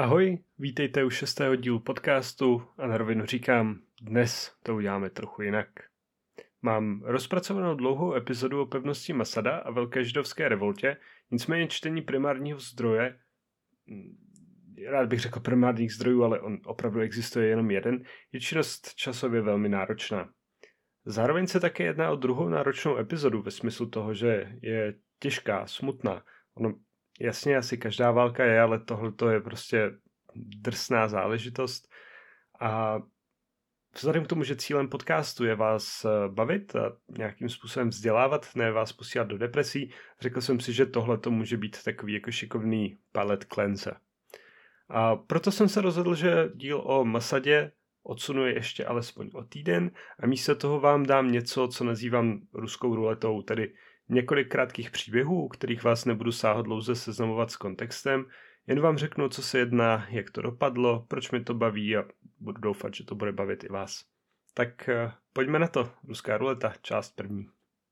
Ahoj, vítejte u 6. dílu podcastu a na rovinu říkám, dnes to uděláme trochu jinak. Mám rozpracovanou dlouhou epizodu o pevnosti Masada a velké židovské revoltě, nicméně čtení primárního zdroje, rád bych řekl primárních zdrojů, ale on opravdu existuje jenom jeden, je činnost časově velmi náročná. Zároveň se také jedná o druhou náročnou epizodu ve smyslu toho, že je těžká, smutná. Ono, jasně, asi každá válka je, ale tohle je prostě drsná záležitost a vzhledem k tomu, že cílem podcastu je vás bavit a nějakým způsobem vzdělávat, ne vás posílat do depresí, řekl jsem si, že tohle to může být takový jako šikovný palate cleanser. A proto jsem se rozhodl, že díl o Masadě odsunuje ještě alespoň o týden a místo toho vám dám něco, co nazývám ruskou ruletou, tedy několik krátkých příběhů, u kterých vás nebudu sáhodlouze seznamovat s kontextem, jen vám řeknu, co se jedná, jak to dopadlo, proč mi to baví a budu doufat, že to bude bavit i vás. Tak pojďme na to. Ruská ruleta, část první.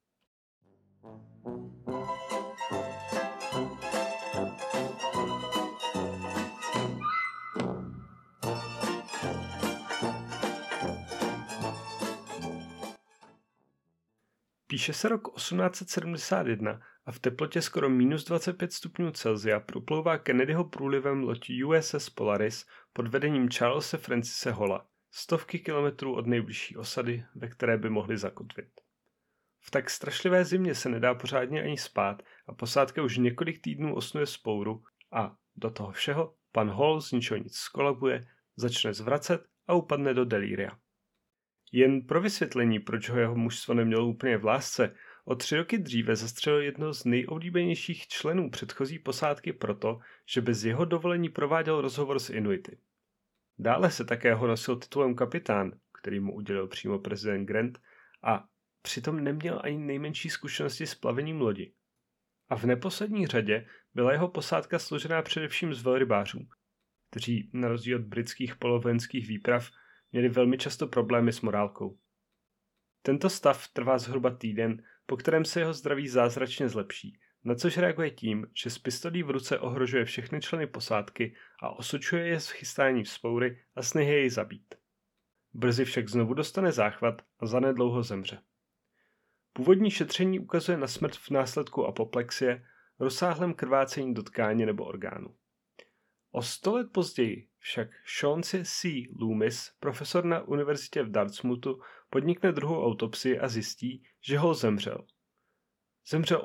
Píše se rok 1871 a v teplotě skoro minus 25 stupňů Celsia proplouvá Kennedyho průlivem loď USS Polaris pod vedením Charlese Francise Halla, stovky kilometrů od nejbližší osady, ve které by mohli zakotvit. V tak strašlivé zimě se nedá pořádně ani spát a posádka už několik týdnů osnuje vzpouru a do toho všeho pan Hall z ničeho nic zkolabuje, začne zvracet a upadne do delíria. Jen pro vysvětlení, proč ho jeho mužstvo nemělo úplně v lásce, o 3 roky dříve zastřelil jednoho z nejoblíbenějších členů předchozí posádky proto, že bez jeho dovolení prováděl rozhovor s Inuity. Dále se také honosil titulem kapitán, který mu udělil přímo prezident Grant, a přitom neměl ani nejmenší zkušenosti s plavením lodi. A v neposlední řadě byla jeho posádka složená především z velrybářů, kteří na rozdíl od britských polovojenských výprav měli velmi často problémy s morálkou. Tento stav trvá zhruba týden, po kterém se jeho zdraví zázračně zlepší, na což reaguje tím, že s pistolí v ruce ohrožuje všechny členy posádky a osočuje je z chystání vzpoury a snahy jej zabít. Brzy však znovu dostane záchvat a zanedlouho zemře. Původní šetření ukazuje na smrt v následku apoplexie, rozsáhlém krvácení do tkáně nebo orgánu. O 100 let později však Chauncey C. Loomis, profesor na univerzitě v Dartmouthu, podnikne druhou autopsii a zjistí, že Hall zemřel. Zemřel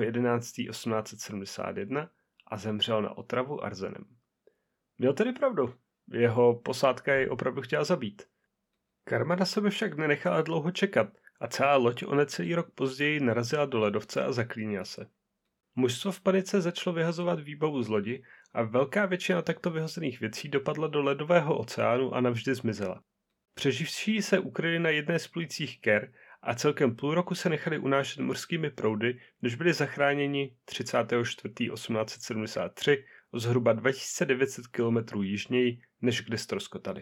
8.11.1871 a zemřel na otravu arzenem. Měl tedy pravdu, jeho posádka jej opravdu chtěla zabít. Karma na sebe však nenechala dlouho čekat a celá loď o necelý rok později narazila do ledovce a zaklínila se. Mužstvo v panice začalo vyhazovat výbavu z lodi a velká většina takto vyhozených věcí dopadla do ledového oceánu a navždy zmizela. Přeživší se ukryli na jedné z plujících ker a celkem půl roku se nechali unášet mořskými proudy, než byli zachráněni 34.1873 o zhruba 2900 km jižněji, než kde ztroskotali.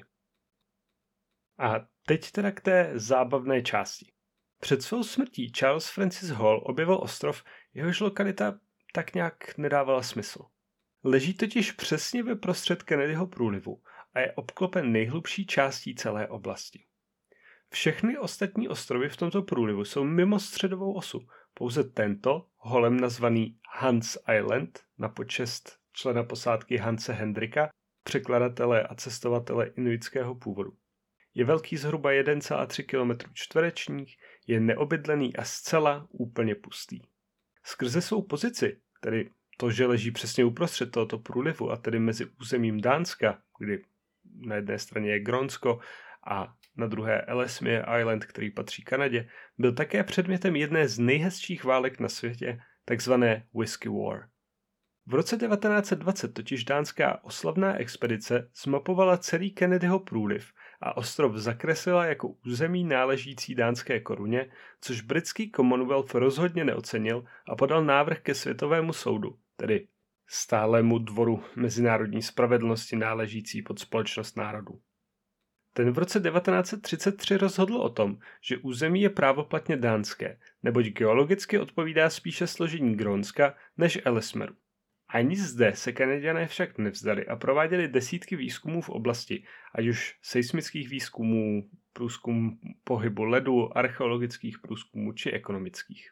A teď teda k té zábavné části. Před svou smrtí Charles Francis Hall objevil ostrov, jehož lokalita tak nějak nedávala smysl. Leží totiž přesně ve prostřed Kennedyho průlivu a je obklopen nejhlubší částí celé oblasti. Všechny ostatní ostrovy v tomto průlivu jsou mimo středovou osu. Pouze tento, Hallem nazvaný Hans Island, na počest člena posádky Hanse Hendricka, překladatele a cestovatele inuitského původu. Je velký zhruba 1,3 km čtverečních, je neobydlený a zcela úplně pustý. Skrze svou pozici, tedy to, že leží přesně uprostřed tohoto průlivu a tedy mezi územím Dánska, kdy na jedné straně je Grónsko a na druhé Ellesmere Island, který patří Kanadě, byl také předmětem jedné z nejhezčích válek na světě, takzvané Whiskey War. V roce 1920 totiž dánská oslavná expedice zmapovala celý Kennedyho průliv a ostrov zakreslila jako území náležící dánské koruně, což britský Commonwealth rozhodně neocenil a podal návrh ke světovému soudu, tedy stálému dvoru mezinárodní spravedlnosti náležící pod společnost národů. Ten v roce 1933 rozhodl o tom, že území je právoplatně dánské, neboť geologicky odpovídá spíše složení Grónska než Ellesmeru. Ani zde se Kanaďané však nevzdali a prováděli desítky výzkumů v oblasti, ať už seismických výzkumů, průzkum pohybu ledu, archeologických průzkumů či ekonomických.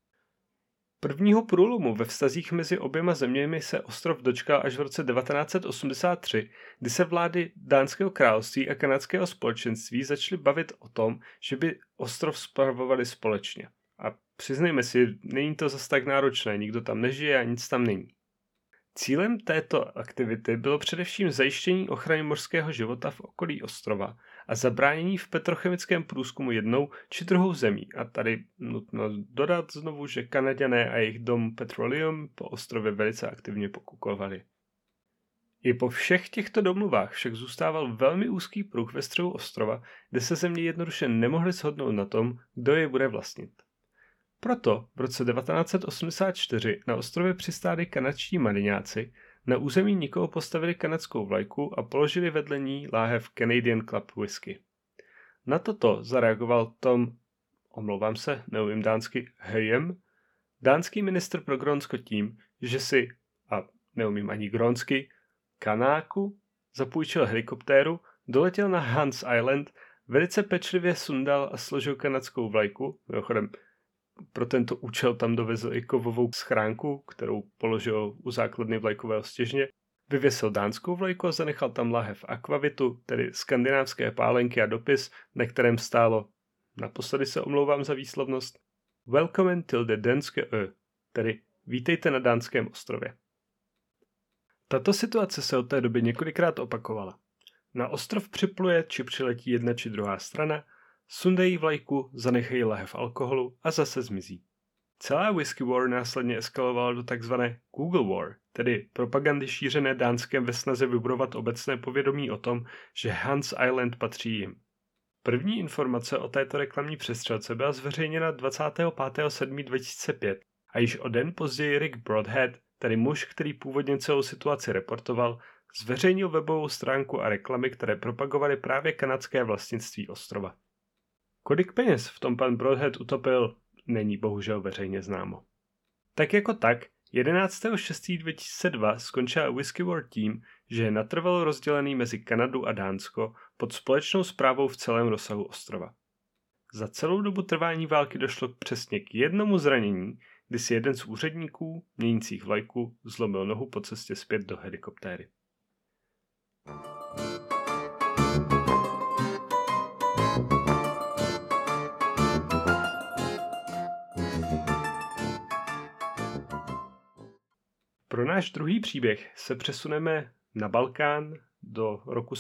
Prvního průlomu ve vztazích mezi oběma zeměmi se ostrov dočkal až v roce 1983, kdy se vlády Dánského království a Kanadského společenství začaly bavit o tom, že by ostrov spravovali společně. A přiznejme si, není to zas tak náročné, nikdo tam nežije a nic tam není. Cílem této aktivity bylo především zajištění ochrany mořského života v okolí ostrova a zabránění v petrochemickém průzkumu jednou či druhou zemí. A tady nutno dodat znovu, že Kanaďané a jejich dom Petroleum po ostrově velice aktivně pokukovali. I po všech těchto domluvách však zůstával velmi úzký pruh ve středu ostrova, kde se země jednoduše nemohly shodnout na tom, kdo je bude vlastnit. Proto v roce 1984 na ostrově přistáli kanadští mariňáci, na území nikoho postavili kanadskou vlajku a položili vedle ní láhev Canadian Club whisky. Na toto zareagoval Tom, omlouvám se, neumím dánsky, Höjem, dánský ministr pro Grónsko tím, že si, a neumím ani grónsky, kanáku, zapůjčil helikoptéru, doletěl na Hans Island, velice pečlivě sundal a složil kanadskou vlajku, mimochodem pro tento účel tam dovezl i kovovou schránku, kterou položil u základny vlajkového stěžně, vyvěsil dánskou vlajku a zanechal tam láhev akvavitu, tedy skandinávské pálenky a dopis, na kterém stálo, naposledy se omlouvám za výslovnost, Welcome till the Danske Ö, tedy vítejte na Dánském ostrově. Tato situace se od té doby několikrát opakovala. Na ostrov připluje či přiletí jedna či druhá strana, sundají vlajku, zanechají lahev alkoholu a zase zmizí. Celá whisky war následně eskalovala do takzvané Google war, tedy propagandy šířené Dánskem ve snaze vybudovat obecné povědomí o tom, že Hans Island patří jim. První informace o této reklamní přestřelce byla zveřejněna 25.7.2005 a již o den později Rick Broadhead, tedy muž, který původně celou situaci reportoval, zveřejnil webovou stránku a reklamy, které propagovaly právě kanadské vlastnictví ostrova. Kolik peněz v tom pan Broadhead utopil, není bohužel veřejně známo. Tak jako tak, 11.6.2002 skončila Whisky War tím, že je natrvalo rozdělený mezi Kanadu a Dánsko pod společnou správou v celém rozsahu ostrova. Za celou dobu trvání války došlo přesně k jednomu zranění, kdy si jeden z úředníků, měnících vlajku, zlomil nohu po cestě zpět do helikoptéry. Pro náš druhý příběh se přesuneme na Balkán do roku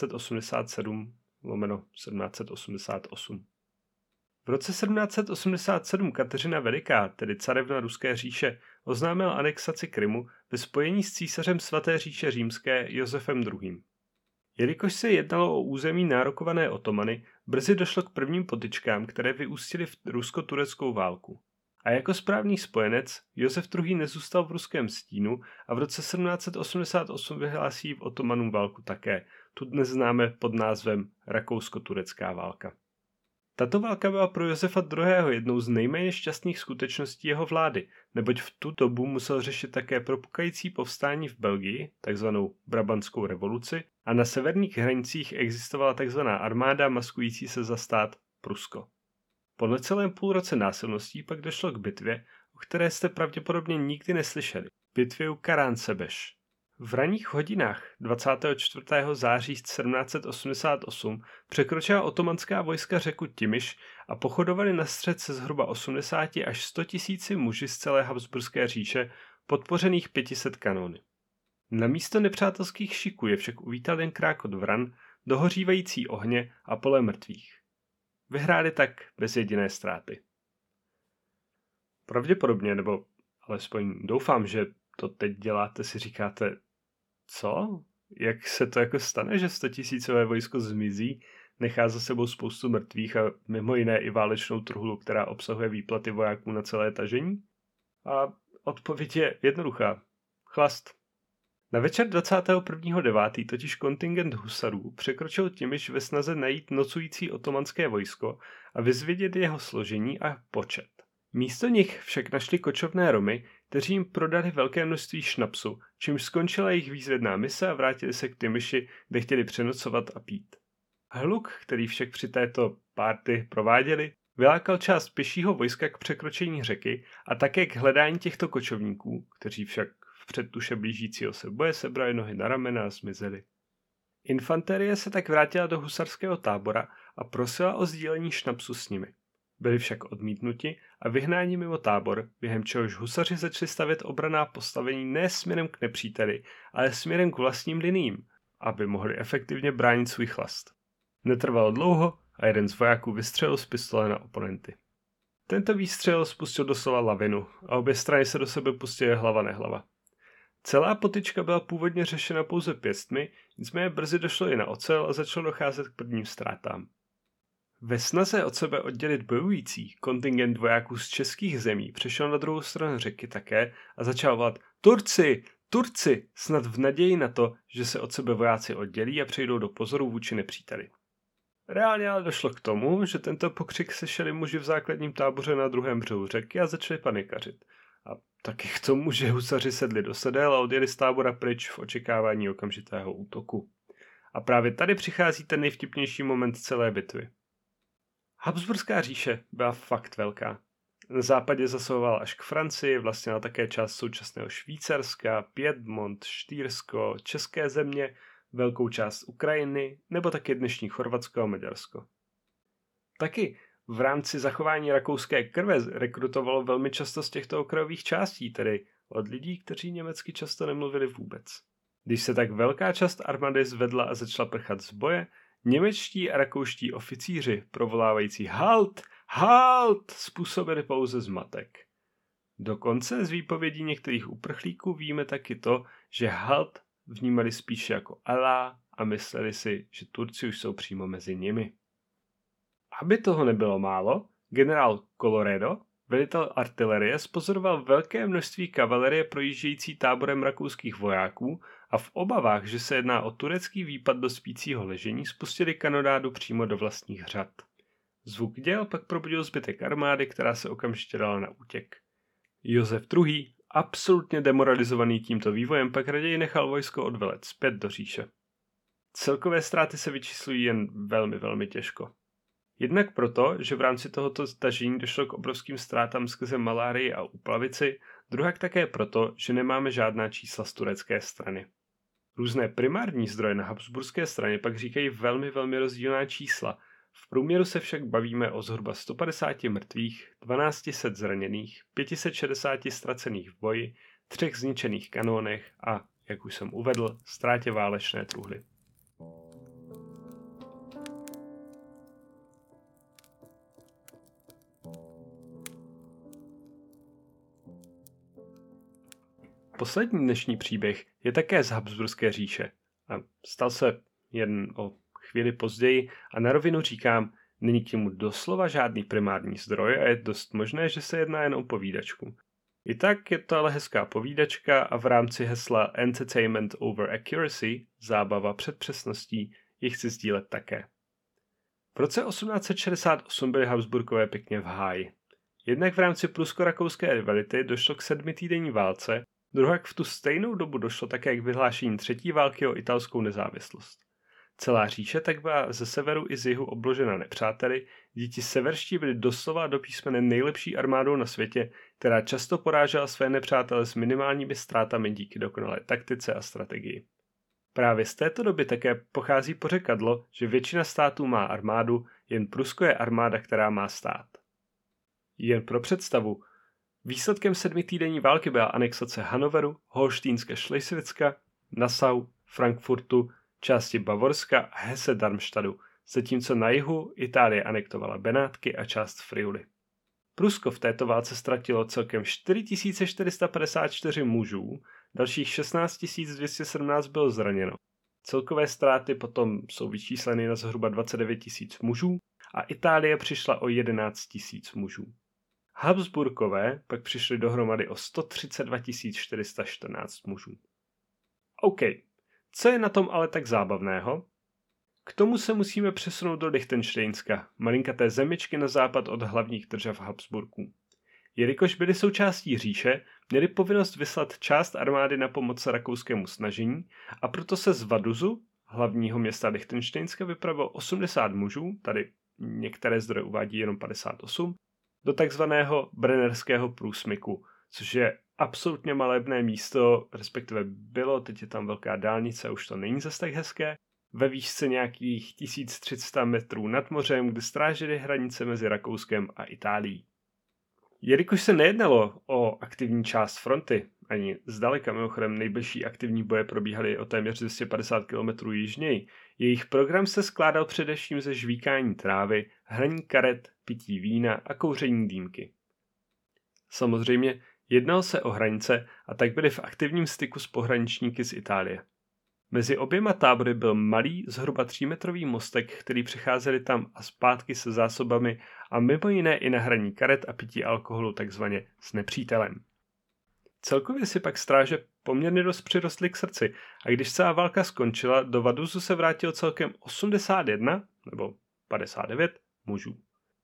1787/1788. V roce 1787 Kateřina Veliká, tedy carevna Ruské říše, oznámila anexaci Krymu ve spojení s císařem Svaté říše římské Josefem II. Jelikož se jednalo o území nárokované Otomany, brzy došlo k prvním potyčkám, které vyústily v rusko-tureckou válku. A jako správný spojenec Josef II. Nezůstal v ruském stínu a v roce 1788 vyhlásí v Otomanům válku také. Tu dnes známe pod názvem Rakousko-turecká válka. Tato válka byla pro Josefa II. Jednou z nejméně šťastných skutečností jeho vlády, neboť v tu dobu musel řešit také propukající povstání v Belgii, takzvanou Brabantskou revoluci, a na severních hranicích existovala takzvaná armáda maskující se za stát Prusko. Po necelém půlroce násilností pak došlo k bitvě, o které jste pravděpodobně nikdy neslyšeli. Bitvě u Karán-Sebeš. V ranních hodinách 24. září 1788 překročila otomanská vojska řeku Timiš a pochodovali na střed se zhruba 80 až 100 tisíci muži z celé Habsburské říše, podpořených 500 kanóny. Na místo nepřátelských šiků je však uvítal jen krákot vran, dohořívající ohně a pole mrtvých. Vyhráli tak bez jediné ztráty. Pravděpodobně, nebo alespoň doufám, že to teď děláte, si říkáte, co? Jak se to jako stane, že 100 000 vojsko zmizí, nechá za sebou spoustu mrtvých a mimo jiné i válečnou truhlu, která obsahuje výplaty vojáků na celé tažení? A odpověď je jednoduchá. Chlast. Na večer 21.9. totiž kontingent husarů překročil Timiš ve snaze najít nocující otomanské vojsko a vyzvědět jeho složení a počet. Místo nich však našli kočovné Romy, kteří jim prodali velké množství šnapsu, čímž skončila jejich výzvědná mise a vrátili se k Tymiši, kde chtěli přenocovat a pít. Hluk, který však při této párty prováděli, vylákal část pěšího vojska k překročení řeky a také k hledání těchto kočovníků, kteří však v předtuše blížícího se boje sebrali nohy na ramena a zmizeli. Infanterie se tak vrátila do husarského tábora a prosila o sdílení šnapsu s nimi. Byli však odmítnuti a vyhnáni mimo tábor, během čehož husaři začali stavět obranná postavení ne směrem k nepříteli, ale směrem k vlastním liním, aby mohli efektivně bránit svůj chlast. Netrvalo dlouho a jeden z vojáků vystřelil z pistole na oponenty. Tento výstřel spustil doslova lavinu a obě strany se do sebe pustily hlava nehlava. Celá potyčka byla původně řešena pouze pěstmi, nicméně brzy došlo i na ocel a začalo docházet k prvním ztrátám. Ve snaze od sebe oddělit bojující, kontingent vojáků z českých zemí přešel na druhou stranu řeky také a začal volat Turci! Turci! Snad v naději na to, že se od sebe vojáci oddělí a přejdou do pozoru vůči nepříteli. Reálně ale došlo k tomu, že tento pokřik sešeli muži v základním táboře na druhém břehu řeky a začali panikařit. A taky k tomu, že husaři sedli do sedel a odjeli z tábora pryč v očekávání okamžitého útoku. A právě tady přichází ten nejvtipnější moment celé bitvy. Habsburská říše byla fakt velká. Na západě zasahovala až k Francii, vlastnila také část současného Švýcarska, Piedmont, Štýrsko, České země, velkou část Ukrajiny nebo taky dnešní Chorvatsko a Maďarsko. Taky v rámci zachování rakouské krve rekrutovalo velmi často z těchto okrajových částí, tedy od lidí, kteří německy často nemluvili vůbec. Když se tak velká část armády zvedla a začala prchat z boje, němečtí a rakouští oficíři provolávající halt, halt způsobili pouze zmatek. Dokonce z výpovědí některých uprchlíků víme taky to, že halt vnímali spíše jako Allah a mysleli si, že Turci už jsou přímo mezi nimi. Aby toho nebylo málo, generál Colloredo, velitel artilerie, spozoroval velké množství kavalerie projíždějící táborem rakouských vojáků a v obavách, že se jedná o turecký výpad do spícího ležení, spustili kanonádu přímo do vlastních řad. Zvuk děl pak probudil zbytek armády, která se okamžitě dala na útěk. Josef II., absolutně demoralizovaný tímto vývojem, pak raději nechal vojsko odvelet zpět do říše. Celkové ztráty se vyčíslují jen velmi těžko. Jednak proto, že v rámci tohoto stažení došlo k obrovským ztrátám skrze malárii a úplavici, druhak také proto, že nemáme žádná čísla z turecké strany. Různé primární zdroje na habsburské straně pak říkají velmi rozdílná čísla. V průměru se však bavíme o zhruba 150 mrtvých, 1200 zraněných, 560 ztracených v boji, 3 zničených kanónech a, jak už jsem uvedl, ztrátě válečné truhly. Poslední dnešní příběh je také z Habsburské říše a stal se jen o chvíli později a na rovinu říkám, není k němu doslova žádný primární zdroj a je dost možné, že se jedná jen o povídačku. I tak je to ale hezká povídačka a v rámci hesla Entertainment over Accuracy, zábava před přesností, ji chci sdílet také. V roce 1868 byly Habsburkové pěkně v háji. Jednak v rámci prusko-rakouské rivality došlo k 7týdenní válce, druhak v tu stejnou dobu došlo také k vyhlášení třetí války o italskou nezávislost. Celá říše tak byla ze severu i z jihu obložena nepřáteli, díky severští byli doslova do písmene nejlepší armádou na světě, která často porážela své nepřátele s minimálními ztrátami díky dokonalé taktice a strategii. Právě z této doby také pochází pořekadlo, že většina států má armádu, jen Prusko je armáda, která má stát. Jen pro představu, výsledkem 7týdenní války byla anexace Hanoveru, Holštýnska Šlesvicka, Nassau, Frankfurtu, části Bavorska a Hesse-Darmstadtu, zatímco na jihu Itálie anektovala Benátky a část Friuli. Prusko v této válce ztratilo celkem 4454 mužů, dalších 16 217 bylo zraněno. Celkové ztráty potom jsou vyčísleny na zhruba 29 000 mužů a Itálie přišla o 11 000 mužů. Habsburkové pak přišli dohromady o 132 414 mužů. OK, co je na tom ale tak zábavného? K tomu se musíme přesunout do Lichtenštejnska, malinkaté zemičky na západ od hlavních držav Habsburků. Jelikož byli součástí říše, měli povinnost vyslat část armády na pomoc rakouskému snažení a proto se z Vaduzu, hlavního města Lichtenštejnska, vypravilo 80 mužů, tady některé zdroje uvádí jenom 58, do takzvaného Brennerského průsmyku, což je absolutně malebné místo, respektive bylo, teď je tam velká dálnice a už to není zas tak hezké, ve výšce nějakých 1300 metrů nad mořem, kde strážili hranice mezi Rakouskem a Itálií. Jelikož se nejednalo o aktivní část fronty, ani zdaleka mimochodem nejbližší aktivní boje probíhaly o téměř 250 km jižněji, jejich program se skládal především ze žvíkání trávy, hraní karet, pití vína a kouření dýmky. Samozřejmě jednalo se o hranice a tak byli v aktivním styku s pohraničníky z Itálie. Mezi oběma tábory byl malý, zhruba 3metrový mostek, který přecházeli tam a zpátky se zásobami a mimo jiné i na hraní karet a pití alkoholu takzvaně s nepřítelem. Celkově si pak stráže poměrně dost přirostly k srdci a když celá válka skončila, do Vaduzu se vrátilo celkem 81 nebo 59 mužů.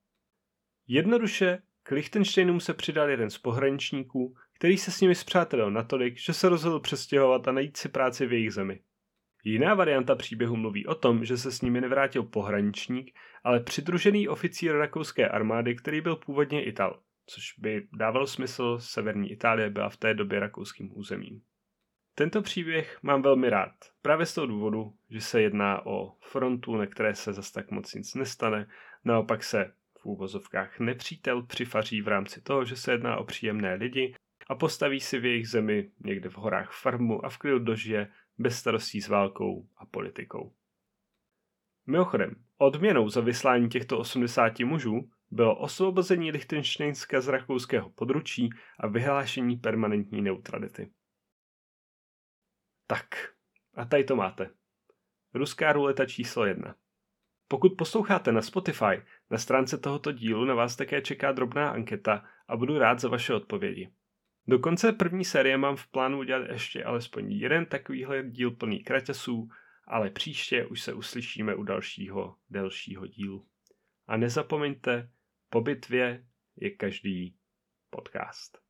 Jednoduše k Lichtenštejnům se přidal jeden z pohraničníků, který se s nimi spřátelil natolik, že se rozhodl přestěhovat a najít si práci v jejich zemi. Jiná varianta příběhu mluví o tom, že se s nimi nevrátil pohraničník, ale přidružený oficír rakouské armády, který byl původně Ital, což by dávalo smysl, severní Itálie byla v té době rakouským územím. Tento příběh mám velmi rád, právě z toho důvodu, že se jedná o frontu, na které se zas tak moc nic nestane, naopak se v úvozovkách nepřítel přifaří v rámci toho, že se jedná o příjemné lidi a postaví si v jejich zemi někde v horách farmu a v klidu dožije bez starostí s válkou a politikou. Mimochodem, odměnou za vyslání těchto 80 mužů bylo osvobození Lichtenštejnska z rakouského područí a vyhlášení permanentní neutrality. Tak, a tady to máte. Ruská ruleta číslo 1. Pokud posloucháte na Spotify, na stránce tohoto dílu na vás také čeká drobná anketa a budu rád za vaše odpovědi. Do konce první série mám v plánu udělat ještě alespoň jeden takovýhle díl plný kraťasů, ale příště už se uslyšíme u dalšího delšího dílu. A nezapomeňte, po bitvě je každý podcast.